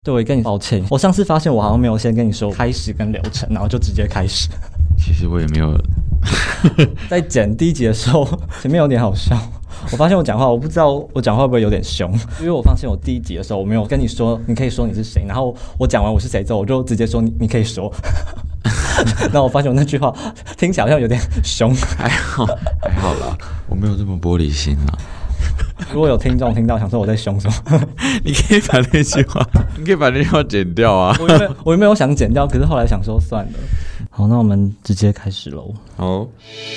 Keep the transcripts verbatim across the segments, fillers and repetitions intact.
对，我跟你抱歉，我上次发现我好像没有先跟你说开始跟流程，然后就直接开始。 其实我也没有在剪第一集的时候前面有点好笑，我发现我讲话我不知道我讲话会不会有点凶，因为我发现我第一集的时候我没有跟你说你可以说你是谁，然后我讲完我是谁之后我就直接说 你, 你可以说然后我发现我那句话听起来好像有点凶。 还好还好啦，我没有这么玻璃心啦。 如果有听众听到想说我在凶什么你可以把那句话你可以把那句话剪掉啊。 我原本我原本有想剪掉，可是后来想说算了。好，那我们直接开始咯。 好，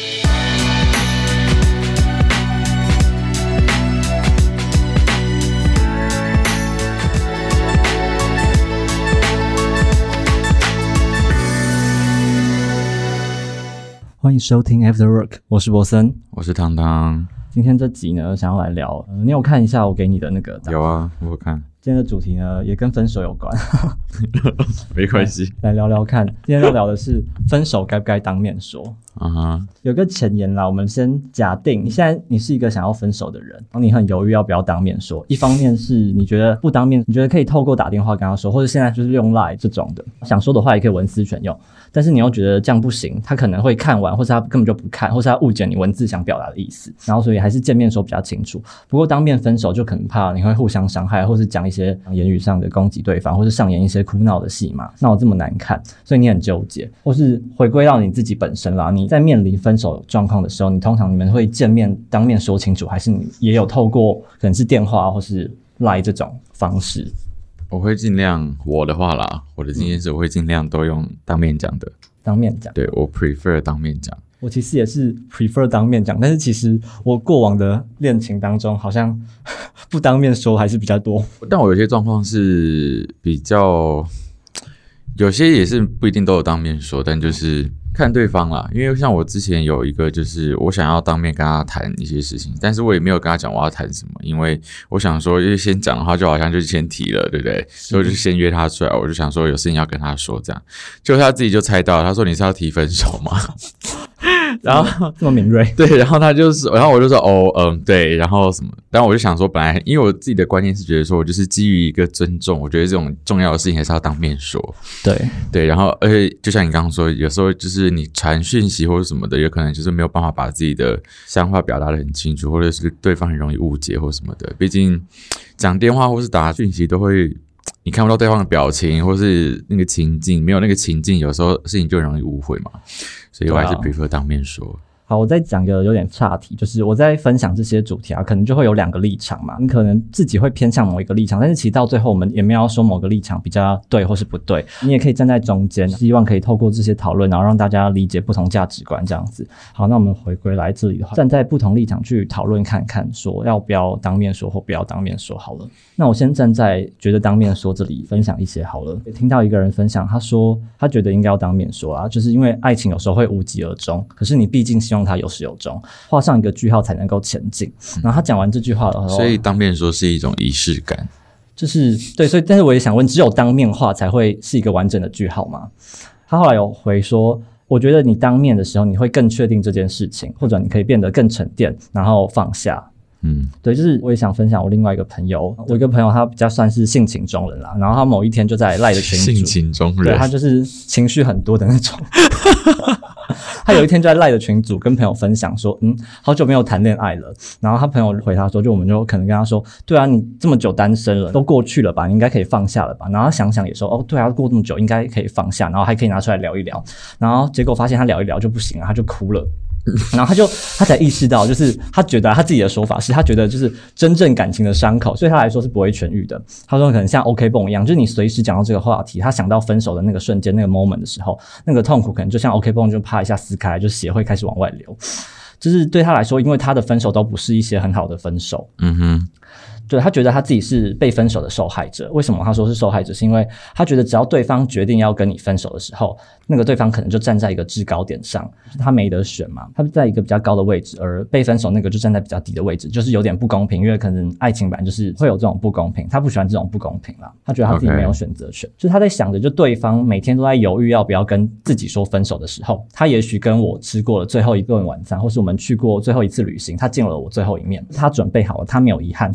欢迎收听 After Work， 我是博森， 我是汤汤。 今天这集呢，想要来聊、呃，你有看一下我给你的那个？ 有啊，我有看。 今天的主题呢，也跟分手有关。 没关系， 来聊聊看。今天要聊的是分手该不该当面说。 啊哈， 有个前言啦，我们先假定你现在你是一个想要分手的人，然后你很犹豫要不要当面说。一方面是你觉得不当面，你觉得可以透过打电话跟他说，或者现在就是用 LINE 这种的，想说的话也可以文思泉涌。但是你又觉得这样不行，他可能会看完，或是他根本就不看，或是他误解你文字想表达的意思，然后所以还是见面说比较清楚。不过当面分手就可能怕你会互相伤害，或是讲一些言语上的攻击对方，或是上演一些哭闹的戏码，那我这么难看，所以你很纠结。或是回归到你自己本身啦，你在面临分手状况的时候，你通常你们会见面当面说清楚，还是你也有透过可能是电话或是 LINE 这种方式？ 我会尽量，我的话啦，我的经验是我会尽量都用当面讲的。 当面讲， 对，我 prefer 当面讲。 我其实也是 prefer 当面讲，但是其实我过往的恋情当中，好像不当面说还是比较多。 但我有些状况是比较，有些也是不一定都有当面说，但就是看对方啦。因为像我之前有一个，就是我想要当面跟他谈一些事情，但是我也没有跟他讲我要谈什么，因为我想说，就是先讲的话，就好像就先提了，对不对？所以我就先约他出来，我就想说有事情要跟他说，这样，结果他自己就猜到，他说你是要提分手吗？然后这么敏锐， 对，然后他就是，然后我就说哦，嗯，对，然后什么？但我就想说，本来因为我自己的观念是觉得说，我就是基于一个尊重，我觉得这种重要的事情还是要当面说。 对对，然后而且就像你刚刚说，有时候就是你传讯息或者什么的，有可能就是没有办法把自己的想法表达得很清楚，或者是对方很容易误解或什么的。毕竟讲电话或是打讯息都会。你看不到对方的表情或是那个情境，没有那个情境，有时候事情就很容易误会嘛，所以我还是 prefer 当面说。 好，我再讲个有点岔题，就是我在分享这些主题啊，可能就会有两个立场嘛。你可能自己会偏向某一个立场，但是其实到最后我们也没有要说某个立场比较对或是不对，你也可以站在中间，希望可以透过这些讨论，然后让大家理解不同价值观这样子。好，那我们回归来这里的话，站在不同立场去讨论看看，说要不要当面说或不要当面说好了。那我先站在觉得当面说这里分享一些好了。听到一个人分享，他说他觉得应该要当面说啊，就是因为爱情有时候会无疾而终，可是你毕竟希望它有始有终，画上一个句号才能够前进。然后他讲完这句话的时候， 所以当面说是一种仪式感， 就是对，所以但是我也想问，只有当面话才会是一个完整的句号吗？他后来有回说，我觉得你当面的时候，你会更确定这件事情，或者你可以变得更沉淀，然后放下。嗯，对，就是我也想分享我另外一个朋友，我一个朋友他比较算是性情中人啦，然后他某一天就在赖的群组， 性情中人， 对，他就是情绪很多的那种。他有一天就在赖的群组跟朋友分享说，嗯，好久没有谈恋爱了。然后他朋友回他说，就我们就可能跟他说，对啊，你这么久单身了，都过去了吧，你应该可以放下了吧。然后他想想也说，哦，对啊，过这么久应该可以放下，然后还可以拿出来聊一聊。然后结果发现他聊一聊就不行了，他就哭了。然后他就他才意识到，就是他觉得他自己的说法是他觉得就是真正感情的伤口，所以他来说是不会痊愈的。他说可能像 OK 绷一样，就是你随时讲到这个话题，他想到分手的那个瞬间那个 moment 的时候，那个痛苦可能就像 OK 绷就啪一下撕开，就血会开始往外流。就是对他来说，因为他的分手都不是一些很好的分手。嗯哼。对，他觉得他自己是被分手的受害者。为什么他说是受害者？是因为他觉得只要对方决定要跟你分手的时候，那个对方可能就站在一个制高点上，他没得选嘛，他在一个比较高的位置，而被分手那个就站在比较低的位置，就是有点不公平。因为可能爱情版就是会有这种不公平，他不喜欢这种不公平啦，他觉得他自己没有选择权。Okay. 就是他在想着，就对方每天都在犹豫要不要跟自己说分手的时候，他也许跟我吃过了最后一顿晚餐，或是我们去过最后一次旅行，他见了我最后一面，他准备好了，他没有遗憾，他 ready。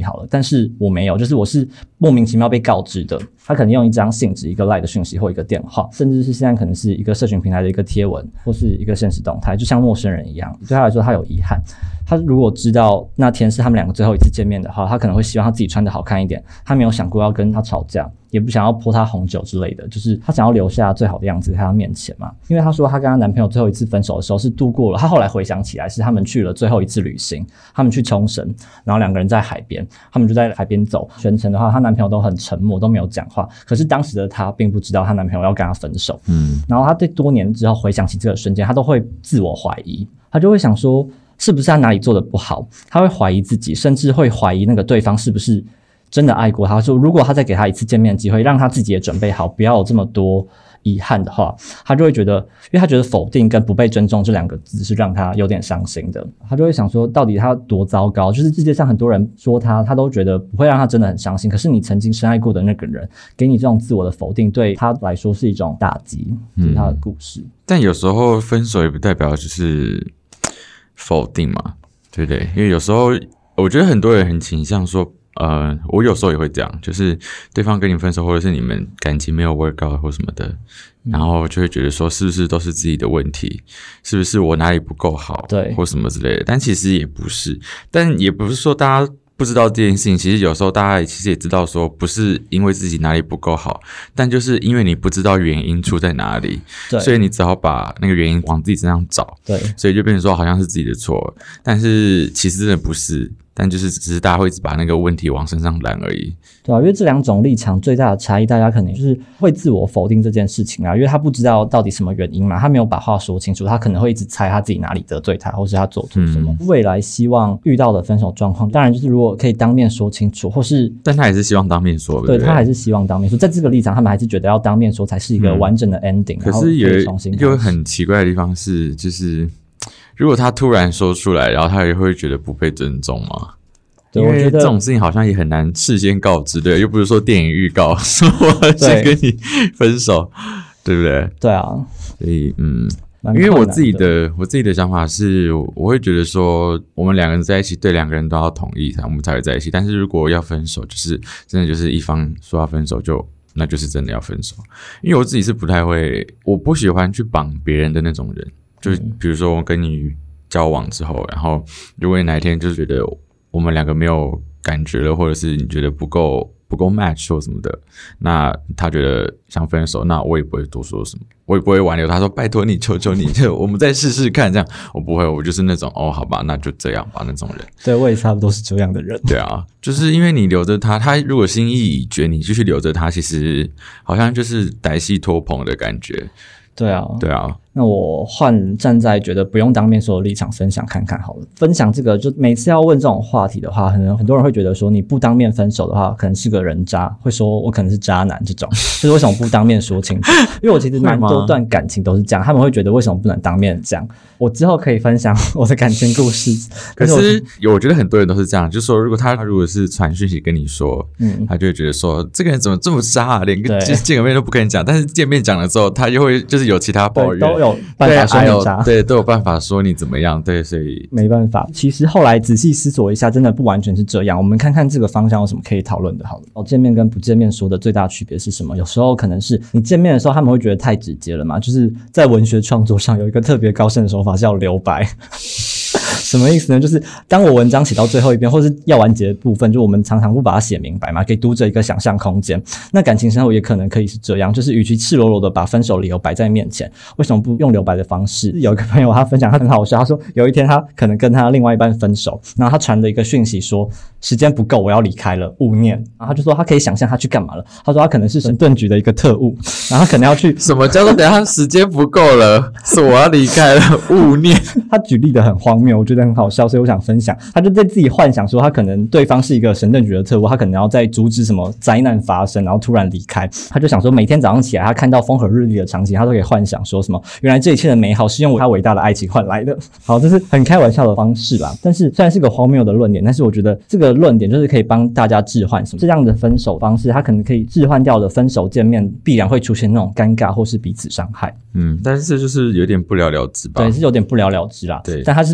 理好了，但是我没有，就是我是莫名其妙被告知的。他可能用一张信纸、一个 LINE 的讯息或一个电话，甚至是现在可能是一个社群平台的一个贴文或是一个现实动态，就像陌生人一样。对他来说他有遗憾，他如果知道那天是他们两个最后一次见面的话，他可能会希望他自己穿得好看一点，他没有想过要跟他吵架，也不想要泼他红酒之类的，就是他想要留下最好的样子在他面前嘛。因为他说他跟他男朋友最后一次分手的时候是度过了，他后来回想起来是他们去了最后一次旅行，他们去冲绳，然后两个人在海边，他们就在海边走，全程的话她男朋友都很沉默，都没有讲话，可是当时的她并不知道她男朋友要跟她分手。嗯，然后她在多年之后回想起这个瞬间，她都会自我怀疑，她就会想说是不是他哪里做的不好，他会怀疑自己，甚至会怀疑那个对方是不是真的爱过他。说如果他再给他一次见面的机会，让他自己也准备好，不要有这么多遗憾的话，他就会觉得，因为他觉得否定跟不被尊重这两个字是让他有点伤心的，他就会想说到底他多糟糕，就是世界上很多人说他，他都觉得不会让他真的很伤心，可是你曾经深爱过的那个人给你这种自我的否定，对他来说是一种打击。这是他的故事。 嗯，但有时候分手也不代表就是否定嘛，对不对？因为有时候我觉得很多人很倾向说呃，我有时候也会这样，就是对方跟你分手，或者是你们感情没有 work out 或什么的，然后就会觉得说是不是都是自己的问题，是不是我哪里不够好， 对， 或什么之类的。但其实也不是，但也不是说大家不知道这件事情，其实有时候大家也其实也知道说不是因为自己哪里不够好，但就是因为你不知道原因出在哪里，所以你只好把那个原因往自己身上找， 对， 所以就变成说好像是自己的错，但是其实真的不是，但就是只是大家会一直把那个问题往身上揽而已。 对啊，因为这两种立场最大的差异，大家可能就是会自我否定这件事情啊，因为他不知道到底什么原因嘛，他没有把话说清楚，他可能会一直猜他自己哪里得罪他，或是他做错什么。嗯、未来希望遇到的分手状况，当然就是如果可以当面说清楚，或是， 但他还是希望当面说，对不对？ 对，他还是希望当面说，在这个立场，他们还是觉得要当面说才是一个完整的 ending、嗯。 可是有有很奇怪的地方是，就是如果他突然说出来，然后他也会觉得不被尊重吗？因为这种事情好像也很难事先告知，对，又不是说电影预告说我先跟你分手，对不对？ 对啊， 所以嗯，因为我自己的我自己的想法是，我会觉得说，我们两个人在一起，对两个人都要同意，我们才会在一起。但是如果要分手，就是真的就是一方说要分手就，那就是真的要分手。因为我自己是不太会，我不喜欢去绑别人的那种人，就是比如说我跟你交往之后，然后如果你哪一天就觉得我们两个没有感觉了，或者是你觉得不够不够 match 或什么的，那他觉得想分手，那我也不会多说什么，我也不会挽留他说拜托你求求你就我们再试试看这样，我不会，我就是那种哦好吧那就这样吧那种人。 对，我也差不多是这样的人。 对啊，就是因为你留着他，他如果心意已决，你继续留着他，其实好像就是歹戏拖棚的感觉。 对啊， 对啊。 那我换站在觉得不用当面说的立场分享看看好了。分享这个，就每次要问这种话题的话，可能很多人会觉得说，你不当面分手的话，可能是个人渣，会说我可能是渣男这种，就是为什么不当面说清楚？因为我其实蛮多段感情都是这样，他们会觉得为什么不能当面讲？我之后可以分享我的感情故事。 可是我觉得很多人都是这样，就是说，如果他如果是传讯息跟你说，嗯，他就会觉得说，这个人怎么这么渣啊，连个见个面都不跟你讲，但是见面讲了之后，他又会就是有其他抱怨。 有办法说你渣， 对，都有办法说你怎么样，对，所以没办法。其实后来仔细思索一下，真的不完全是这样。我们看看这个方向有什么可以讨论的。好了，哦，见面跟不见面说的最大区别是什么？有时候可能是你见面的时候，他们会觉得太直接了嘛，就是在文学创作上有一个特别高深的手法叫留白。什么意思呢？就是当我文章写到最后一遍，或是要完结的部分，就我们常常不把它写明白嘛，给读者一个想象空间。那感情生活也可能可以是这样，就是与其赤裸裸的把分手理由摆在面前，为什么不用留白的方式？有一个朋友他分享，他很好笑，他说有一天他可能跟他另外一半分手，然后他传了一个讯息说时间不够，我要离开了，勿念。然后他就说他可以想象他去干嘛了，他说他可能是神盾局的一个特务，然后他可能要去什么叫做等一下时间不够了，是我要离开了，勿念。 他举例的很荒谬，我觉得很好笑，所以我想分享。他就在自己幻想说，他可能对方是一个神盾局的特务，他可能要在阻止什么灾难发生，然后突然离开。他就想说，每天早上起来，他看到风和日丽的场景，他都可以幻想说什么，原来这一切的美好是用他伟大的爱情换来的。好，这是很开玩笑的方式啦。但是虽然是个荒谬的论点，但是我觉得这个论点就是可以帮大家置换什么这样的分手方式，他可能可以置换掉的分手见面必然会出现那种尴尬或是彼此伤害。 嗯，但是这就是有点不了了之吧？ 对，是有点不了了之啦。 对， 但他是比较乐观。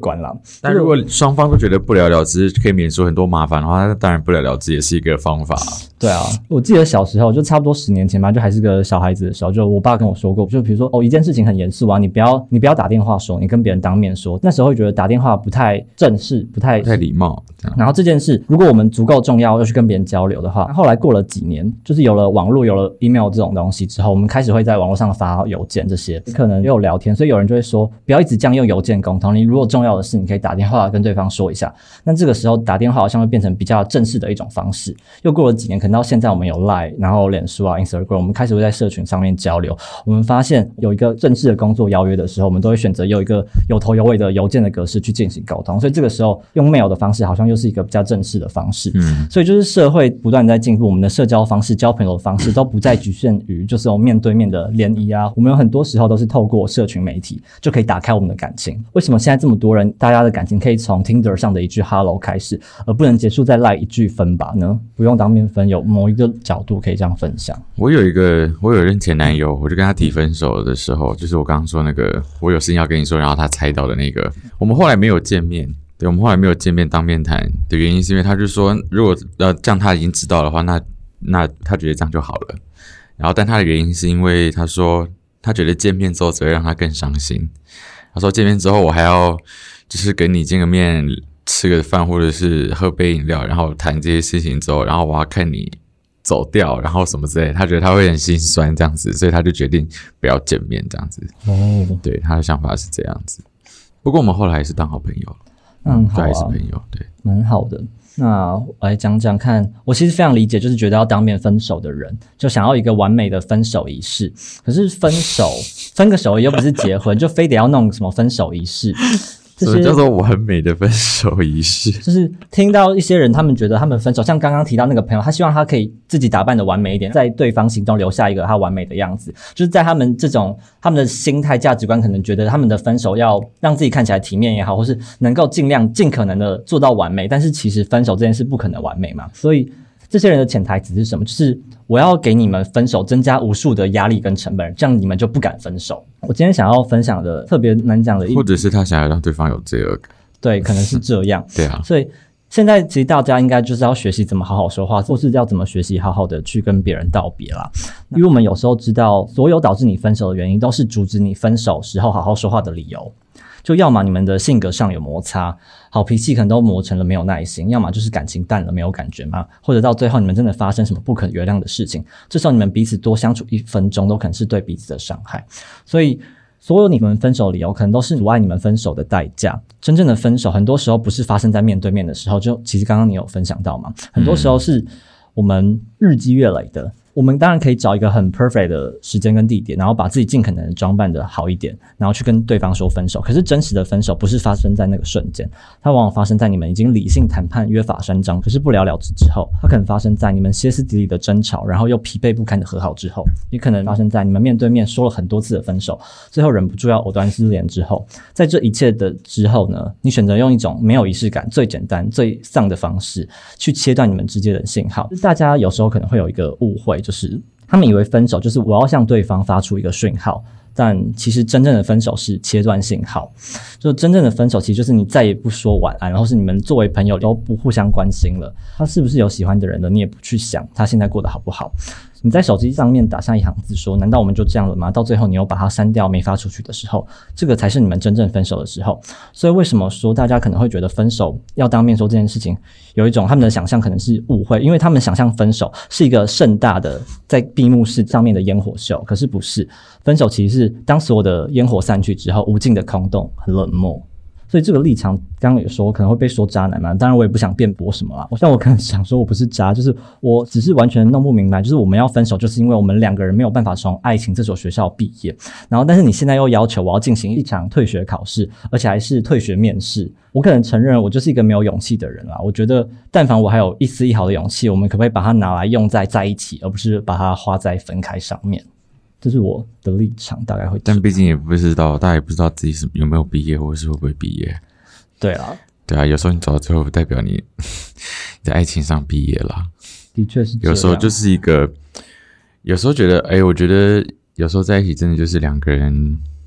观啦。 但如果双方都觉得不了了之，可以免除很多麻烦的话，那当然不了了之也是一个方法。 对啊，我记得小时候就差不多十年前吧，就还是个小孩子的时候，就我爸跟我说过，就比如说哦，一件事情很严肃啊，你不要你不要打电话说，你跟别人当面说。那时候会觉得打电话不太正式，不太不太礼貌。 然后这件事，如果我们足够重要要去跟别人交流的话，后来过了几年，就是有了网络，有了 email 这种东西之后，我们开始会在网络上发邮件，这些可能也有聊天，所以有人就会说，不要一直这样用邮件沟通。你如果重要的事，你可以打电话跟对方说一下。那这个时候打电话好像会变成比较正式的一种方式。又过了几年，可能到现在我们有 Line， 然后脸书啊 Instagram， 我们开始会在社群上面交流。我们发现有一个正式的工作邀约的时候，我们都会选择有一个有头有尾的邮件的格式去进行沟通。所以这个时候用 mail 的方式好像又是一个比较正式的方式。嗯，所以就是社会不断在进步，我们的社交方式、交朋友的方式都不再局限于就是有面对面的联谊啊。我们有很多时候都是透过社群媒体就可以打开我们的感情。为什么现在这么多人，大家的感情可以从 Tinder 上的一句 Hello 开始，而不能结束在 Line 一句分吧呢？不用当面分，有某一个角度可以这样分享。 我有一个，我有任前男友，我就跟他提分手的时候，就是我刚刚说那个，我有事情要跟你说，然后他猜到的那个，我们后来没有见面。对，我们后来没有见面当面谈的原因是因为他就说，如果呃这样他已经知道的话，那那他觉得这样就好了。然后但他的原因是因为他说他觉得见面之后只会让他更伤心。他说见面之后我还要就是跟你见个面吃个饭或者是喝杯饮料，然后谈这些事情之后，然后我要看你走掉，然后什么之类的，他觉得他会很心酸这样子，所以他就决定不要见面这样子。哦，对，他的想法是这样子。不过我们后来还是当好朋友了。 嗯，好啊， 还是朋友，对， 蛮好的。那我来讲讲看，我其实非常理解，就是觉得要当面分手的人，就想要一个完美的分手仪式。可是分手，分个手又不是结婚，就非得要弄什么分手仪式。 什么叫做完美的分手仪式？ 就是听到一些人，他们觉得他们分手，像刚刚提到那个朋友，他希望他可以自己打扮的完美一点，在对方心中留下一个他完美的样子。就是在他们这种他们的心态价值观，可能觉得他们的分手要让自己看起来体面也好，或是能够尽量尽可能的做到完美。但是其实分手这件事不可能完美嘛，所以这些人的潜台词是什么？就是我要给你们分手增加无数的压力跟成本，这样你们就不敢分手。我今天想要分享的特别难讲的一， 或者是他想要让对方有罪恶感， 对，可能是这样。 对啊， 所以现在其实大家应该就是要学习怎么好好说话，或是要怎么学习好好的去跟别人道别啦。因为我们有时候知道，所有导致你分手的原因，都是阻止你分手时候好好说话的理由。就要么你们的性格上有摩擦，好脾气可能都磨成了没有耐心，要么就是感情淡了没有感觉嘛，或者到最后你们真的发生什么不可原谅的事情，这时候你们彼此多相处一分钟都可能是对彼此的伤害。所以所有你们分手的理由可能都是阻碍你们分手的代价。真正的分手很多时候不是发生在面对面的时候，就其实刚刚你有分享到嘛，很多时候是我们日积月累的。我们当然可以找一个很 perfect 的时间跟地点，然后把自己尽可能的装扮的好一点，然后去跟对方说分手。可是真实的分手不是发生在那个瞬间，它往往发生在你们已经理性谈判约法三章，可是不了了之之后。它可能发生在你们歇斯底里的争吵，然后又疲惫不堪的和好之后，也可能发生在你们面对面说了很多次的分手，最后忍不住要藕断丝连之后。在这一切的之后呢，你选择用一种没有仪式感、最简单、最丧的方式去切断你们之间的信号。大家有时候可能会有一个误会，就是他们以为分手就是我要向对方发出一个讯号，但其实真正的分手是切断信号。就真正的分手其实就是你再也不说晚安，然后是你们作为朋友都不互相关心了，他是不是有喜欢的人了你也不去想他现在过得好不好。你在手机上面打上一行字说难道我们就这样了吗，到最后你又把它删掉没发出去的时候，这个才是你们真正分手的时候。所以为什么说大家可能会觉得分手要当面说这件事情有一种他们的想象可能是误会，因为他们想象分手是一个盛大的在闭幕式上面的烟火秀，可是不是，分手其实是当所有的烟火散去之后无尽的空洞很冷漠。所以这个立场刚刚有说可能会被说渣男嘛，当然我也不想辩驳什么啦，像我可能想说我不是渣，就是我只是完全弄不明白，就是我们要分手就是因为我们两个人没有办法从爱情这所学校毕业，然后但是你现在又要求我要进行一场退学考试，而且还是退学面试。我可能承认我就是一个没有勇气的人啦，我觉得但凡我还有一丝一毫的勇气，我们可不可以把它拿来用在在一起，而不是把它花在分开上面。这是我的立场，大概会。 但毕竟也不知道，大家也不知道自己是有没有毕业，或者是会不会毕业。 对啊， 对啊，有时候你走到最后，不代表你在爱情上毕业了。 的确是这样。 有时候就是一个，有时候觉得，哎，我觉得有时候在一起真的就是两个人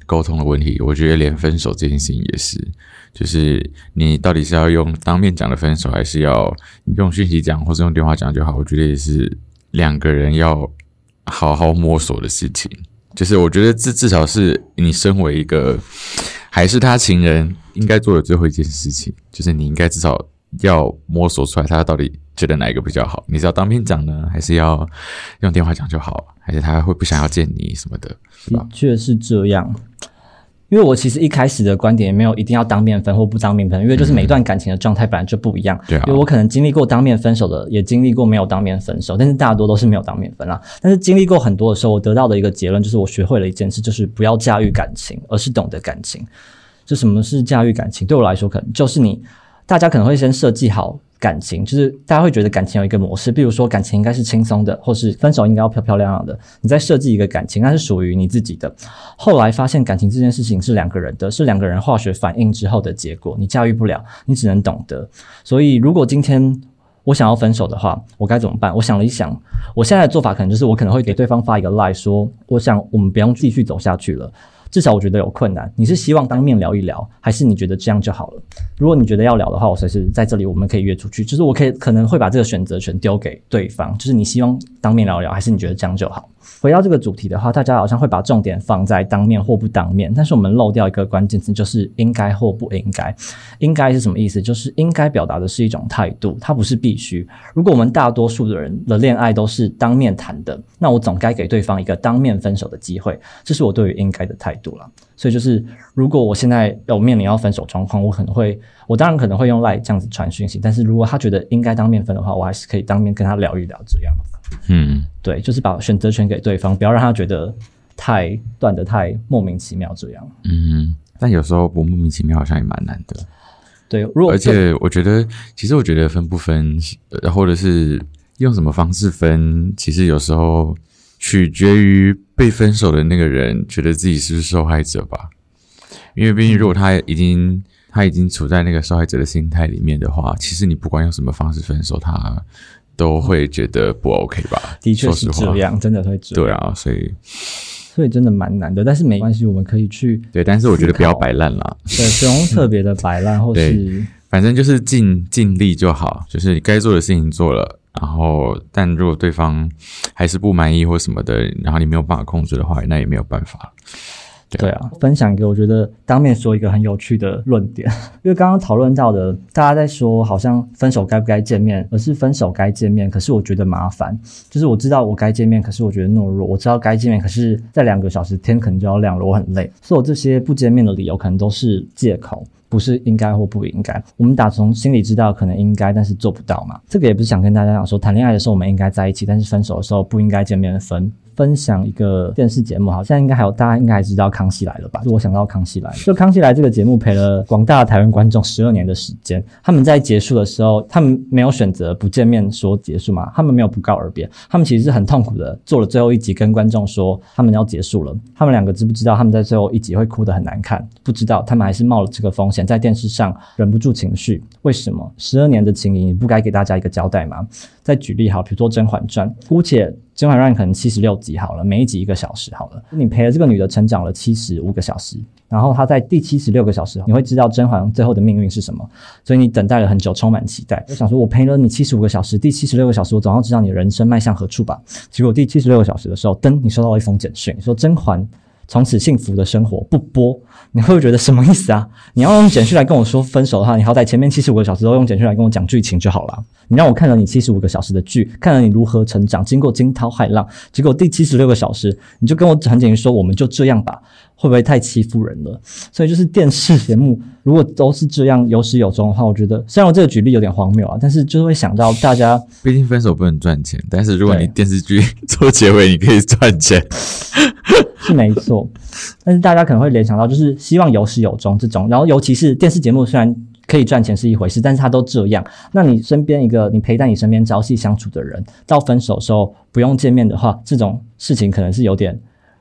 沟通的问题，我觉得连分手这件事情也是，就是你到底是要用当面讲的分手，还是要用讯息讲，或是用电话讲就好，我觉得也是两个人要好好摸索的事情。就是我觉得至至少是你身为一个还是他情人应该做的最后一件事情，就是你应该至少要摸索出来他到底觉得哪一个比较好，你是要当面讲呢，还是要用电话讲就好，还是他会不想要见你什么的。 的确是这样，因为我其实一开始的观点也没有一定要当面分或不当面分，因为就是每段感情的状态本来就不一样、嗯、对啊，因为我可能经历过当面分手的，也经历过没有当面分手，但是大多都是没有当面分啦。但是经历过很多的时候，我得到的一个结论就是我学会了一件事，就是不要驾驭感情，而是懂得感情。就什么是驾驭感情？对我来说可能就是你大家可能会先设计好感情，就是大家会觉得感情有一个模式，比如说感情应该是轻松的，或是分手应该要漂漂亮亮的，你再设计一个感情，那是属于你自己的。后来发现感情这件事情是两个人的，是两个人化学反应之后的结果，你驾驭不了，你只能懂得。所以如果今天我想要分手的话，我该怎么办？我想了一想，我现在的做法可能就是我可能会给对方发一个 line 说，我想我们不用继续走下去了，至少我觉得有困难，你是希望当面聊一聊，还是你觉得这样就好了？如果你觉得要聊的话，我随时在这里，我们可以约出去，就是我可以可能会把这个选择权丢给对方，就是你希望当面聊一聊，还是你觉得这样就好？回到这个主题的话，大家好像会把重点放在当面或不当面，但是我们漏掉一个关键词，就是应该或不应该。应该是什么意思？就是应该表达的是一种态度，它不是必须。如果我们大多数的人的恋爱都是当面谈的，那我总该给对方一个当面分手的机会，这是我对于应该的态度啦。所以就是如果我现在有面临要分手状况，我可能会我当然可能会用 LINE 这样子传讯息，但是如果他觉得应该当面分的话，我还是可以当面跟他聊一聊这样子。嗯，对，就是把选择权给对方，不要让他觉得太断得太莫名其妙这样。 嗯，但有时候不莫名其妙好像也蛮难的。 对，如果而且我觉得其实我觉得分不分或者是用什么方式分，其实有时候取决于被分手的那个人觉得自己是不是受害者吧。因为毕竟如果他已经他已经处在那个受害者的心态里面的话，其实你不管用什么方式分手，他都会觉得不 OK 吧。 的确是这样，真的会这样。 对啊，所以所以真的蛮难的，但是没关系，我们可以去对，但是我觉得不要摆烂啦。 对，不用特别的摆烂或是反正就是尽尽力就好，就是你该做的事情做了，然后但如果对方还是不满意或什么的，然后你没有办法控制的话，那也没有办法。 对啊，分享一个我觉得当面说一个很有趣的论点，因为刚刚讨论到的大家在说好像分手该不该见面，而是分手该见面，可是我觉得麻烦，就是我知道我该见面，可是我觉得懦弱，我知道该见面，可是在两个小时天可能就要亮了，我很累，所以我这些不见面的理由可能都是借口，不是应该或不应该。我们打从心里知道可能应该，但是做不到嘛。这个也不是想跟大家讲说谈恋爱的时候我们应该在一起，但是分手的时候不应该见面分。分享一个电视节目，好，现在应该还有大家应该还知道康熙来了吧？就我想到康熙来了，就康熙来这个节目陪了广大的台湾观众十二年的时间，他们在结束的时候，他们没有选择不见面说结束嘛，他们没有不告而别，他们其实是很痛苦的做了最后一集跟观众说他们要结束了。他们两个知不知道他们在最后一集会哭得很难看？不知道，他们还是冒了这个风险在电视上忍不住情绪。为什么十二年的情谊你不该给大家一个交代吗？再举例好，比如说《甄嬛传》，姑且《甄嬛传》可能七十六集好了，每一集一个小时好了，你陪了这个女的成长了七十五个小时，然后她在第七十六个小时你会知道甄嬛最后的命运是什么，所以你等待了很久，充满期待，就想说我陪了你七十五个小时，第七十六个小时我总要知道你的人生迈向何处吧。结果第七十六个小时的时候，噔，你收到了一封简讯，说甄嬛从此幸福的生活不播，你会觉得什么意思啊？你要用简讯来跟我说分手的话，你好歹前面七十五个小时都用简讯来跟我讲剧情就好了。你让我看了你七十五个小时的剧，看了你如何成长，经过惊涛骇浪，结果第七十六个小时你就跟我很简单说我们就这样吧，会不会太欺负人了？所以就是电视节目如果都是这样有始有终的话，我觉得虽然我这个举例有点荒谬啊，但是就会想到大家毕竟分手不能赚钱，但是如果你电视剧做结尾你可以赚钱是没错，但是大家可能会联想到就是希望有始有终这种，然后尤其是电视节目虽然可以赚钱是一回事，但是他都这样，那你身边一个你陪在你身边朝夕相处的人到分手的时候不用见面的话，这种事情可能是有点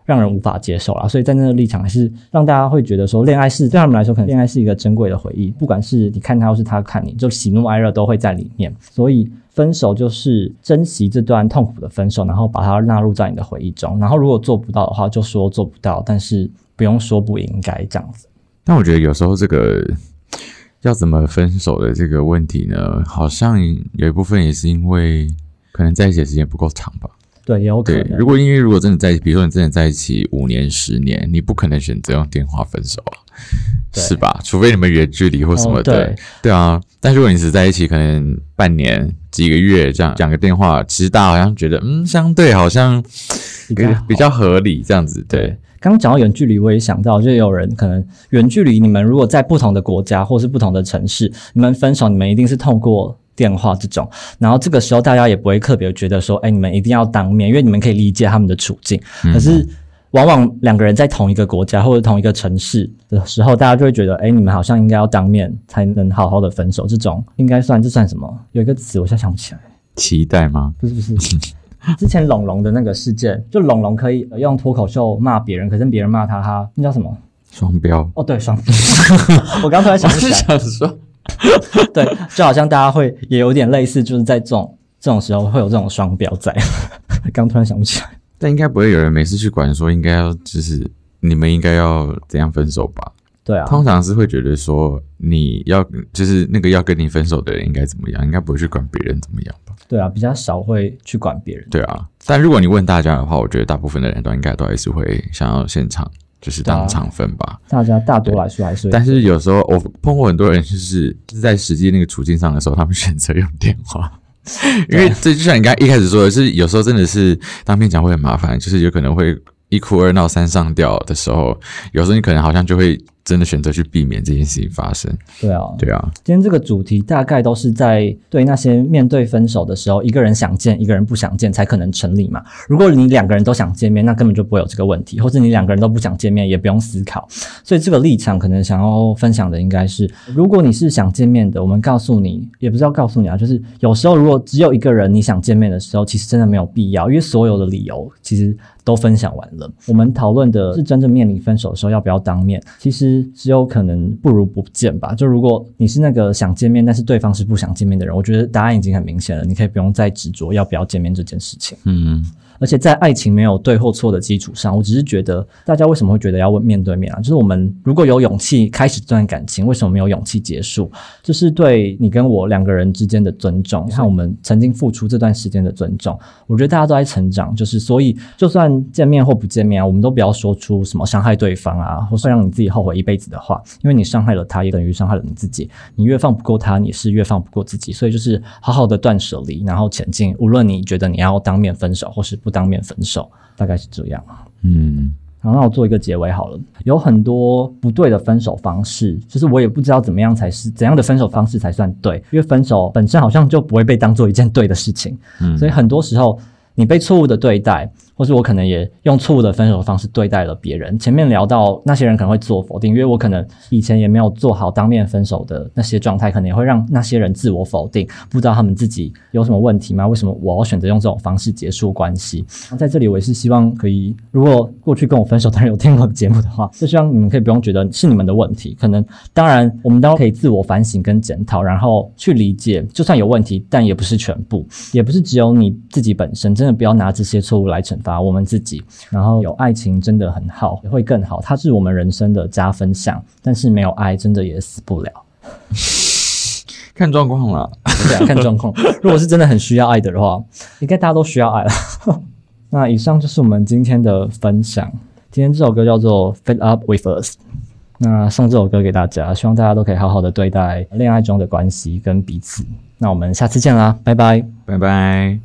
让人无法接受啦。所以在那个立场还是让大家会觉得说，恋爱是对他们来说，可能恋爱是一个珍贵的回忆，不管是你看他或是他看你，就喜怒哀乐都会在里面。所以分手就是珍惜这段痛苦的分手，然后把它纳入在你的回忆中，然后如果做不到的话就说做不到，但是不用说不应该这样子。 但我觉得有时候这个要怎么分手的这个问题呢，好像有一部分也是因为可能在一起的时间不够长吧。 对，也有可能。 对，如果因为如果真的在一起，比如说你真的在一起五年、十年，你不可能选择用电话分手啊，是吧？除非你们远距离或什么的。哦、对, 对啊，但如果你只在一起，可能半年、几个月这样讲个电话，其实大家好像觉得，嗯，相对好像比 较, 比较合理这样子。对。 刚刚讲到远距离，我也想到，就有人可能远距离，你们如果在不同的国家或是不同的城市，你们分手，你们一定是透过电话这种，然后这个时候大家也不会特别觉得说，哎，你们一定要当面，因为你们可以理解他们的处境。嗯、可是往往两个人在同一个国家或者同一个城市的时候，大家就会觉得，哎，你们好像应该要当面才能好好的分手。这种应该算这算什么？有一个词我现在想不起来， 期待吗？ 不是不是。之前龙龙的那个事件，就龙龙可以用脱口秀骂别人，可是别人骂他，他那叫什么？ 双标。 哦，对，双标。我刚突然想不起来。 想说， 对，就好像大家会也有点类似，就是在这种这种时候会有这种双标在。刚突然想不起来。 但应该不会有人每次去管说应该要就是你们应该要怎样分手吧？ 对啊， 通常是会觉得说你要就是那个要跟你分手的人应该怎么样，应该不会去管别人怎么样吧？ 对啊，比较少会去管别人。 对啊，但如果你问大家的话，我觉得大部分的人都应该都还是会想要现场就是当场分吧。 大家大多来说还是会， 但是有时候我碰过很多人就是在实际那个处境上的时候，他们选择用电话。因为这就像你刚才一开始说的是，有时候真的是当面讲会很麻烦，就是有可能会一哭二闹三上吊的时候，有时候你可能好像就会真的选择去避免这件事情发生。 对啊， 对啊。 今天这个主题大概都是在对那些面对分手的时候，一个人想见，一个人不想见才可能成立嘛。如果你两个人都想见面，那根本就不会有这个问题，或者你两个人都不想见面，也不用思考。所以这个立场可能想要分享的应该是，如果你是想见面的，我们告诉你，也不是要告诉你啊，就是有时候如果只有一个人你想见面的时候，其实真的没有必要，因为所有的理由其实都分享完了。我们讨论的是真正面临分手的时候要不要当面，其实只有可能不如不见吧。就如果你是那个想见面但是对方是不想见面的人，我觉得答案已经很明显了，你可以不用再执着要不要见面这件事情。嗯，而且在爱情没有对或错的基础上，我只是觉得大家为什么会觉得要面对面啊？就是我们如果有勇气开始这段感情，为什么没有勇气结束？这是对你跟我两个人之间的尊重，和我们曾经付出这段时间的尊重。我觉得大家都在成长，就是所以就算见面或不见面啊，我们都不要说出什么伤害对方啊，或是让你自己后悔一辈子的话，因为你伤害了他也等于伤害了你自己，你越放不过他，你是越放不过自己。所以就是好好的断舍离，然后前进，无论你觉得你要当面分手或是不当面分手，大概是这样。嗯，好，那我做一个结尾好了。有很多不对的分手方式，就是我也不知道怎么样才是怎样的分手方式才算对，因为分手本身好像就不会被当做一件对的事情。嗯，所以很多时候你被错误的对待，或是我可能也用错误的分手方式对待了别人。前面聊到那些人可能会自我否定，因为我可能以前也没有做好当面分手的那些状态，可能也会让那些人自我否定，不知道他们自己有什么问题吗？为什么我要选择用这种方式结束关系？那在这里我也是希望可以，如果过去跟我分手的人有听我的节目的话，就希望你们可以不用觉得是你们的问题，可能当然我们都可以自我反省跟检讨，然后去理解就算有问题，但也不是全部，也不是只有你自己本身，真的不要拿这些错误来惩罚我们自己。然后有爱情真的很好，也会更好，它是我们人生的加分项，但是没有爱真的也死不了。 看状况啦， 对啊，看状况。如果是真的很需要爱的话，应该大家都需要爱了。那以上就是我们今天的分享。今天这首歌叫做 Fed Up With Us， 那送这首歌给大家，希望大家都可以好好的对待恋爱中的关系跟彼此。那我们下次见啦，拜拜， 拜拜。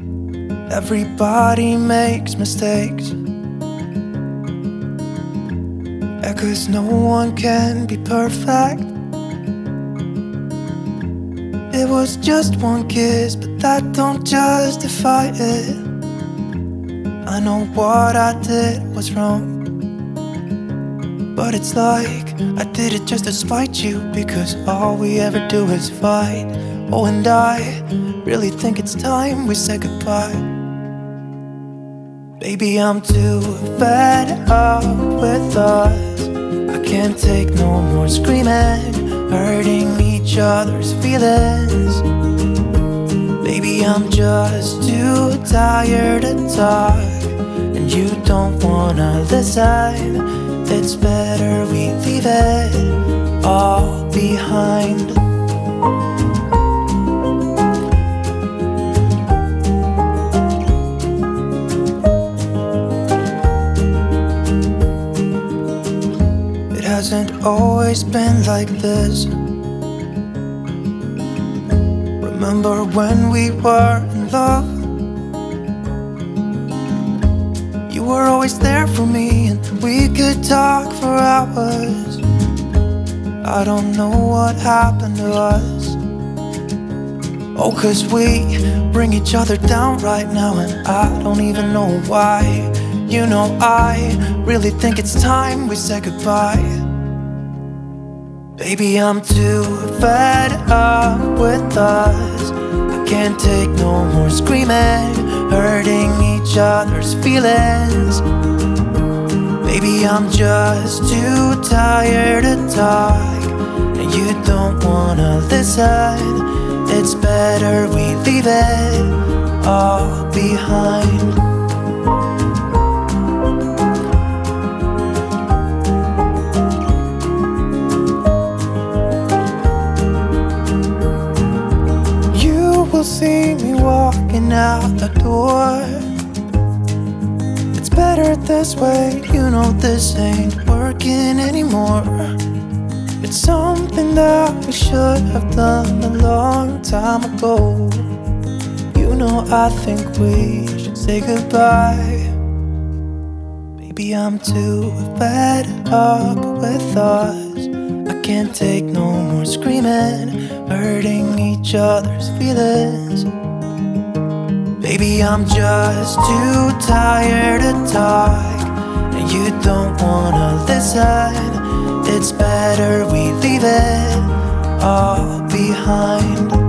Everybody makes mistakes, because no one can be perfect. It was just one kiss, but that don't justify it. I know what I did was wrong, but it's like I did it just to spite you, because all we ever do is fight. Oh, and I really think it's time we say goodbye. Baby, I'm too fed up with us. I can't take no more screaming, hurting each other's feelings. Baby, I'm just too tired to talk, and you don't wanna listen. It's better we leave it all behind. It hasn't always been like this. Remember when we were in love? You were always there for me, and we could talk for hours. I don't know what happened to us. Oh, 'cause we bring each other down right now, and I don't even know why. You know, I really think it's time we say goodbye. Baby, I'm too fed up with us. I can't take no more screaming, hurting each other's feelings. Baby, I'm just too tired to talk, and you don't wanna listen. It's better we leave it all behind. See me walking out the door. It's better this way, you know this ain't working anymore. It's something that we should have done a long time ago. You know I think we should say goodbye. Baby, I'm too fed up with us. I can't take no more screaming, hurting each other's feelings. Baby, I'm just too tired to talk, and you don't wanna listen. It's better we leave it all behind.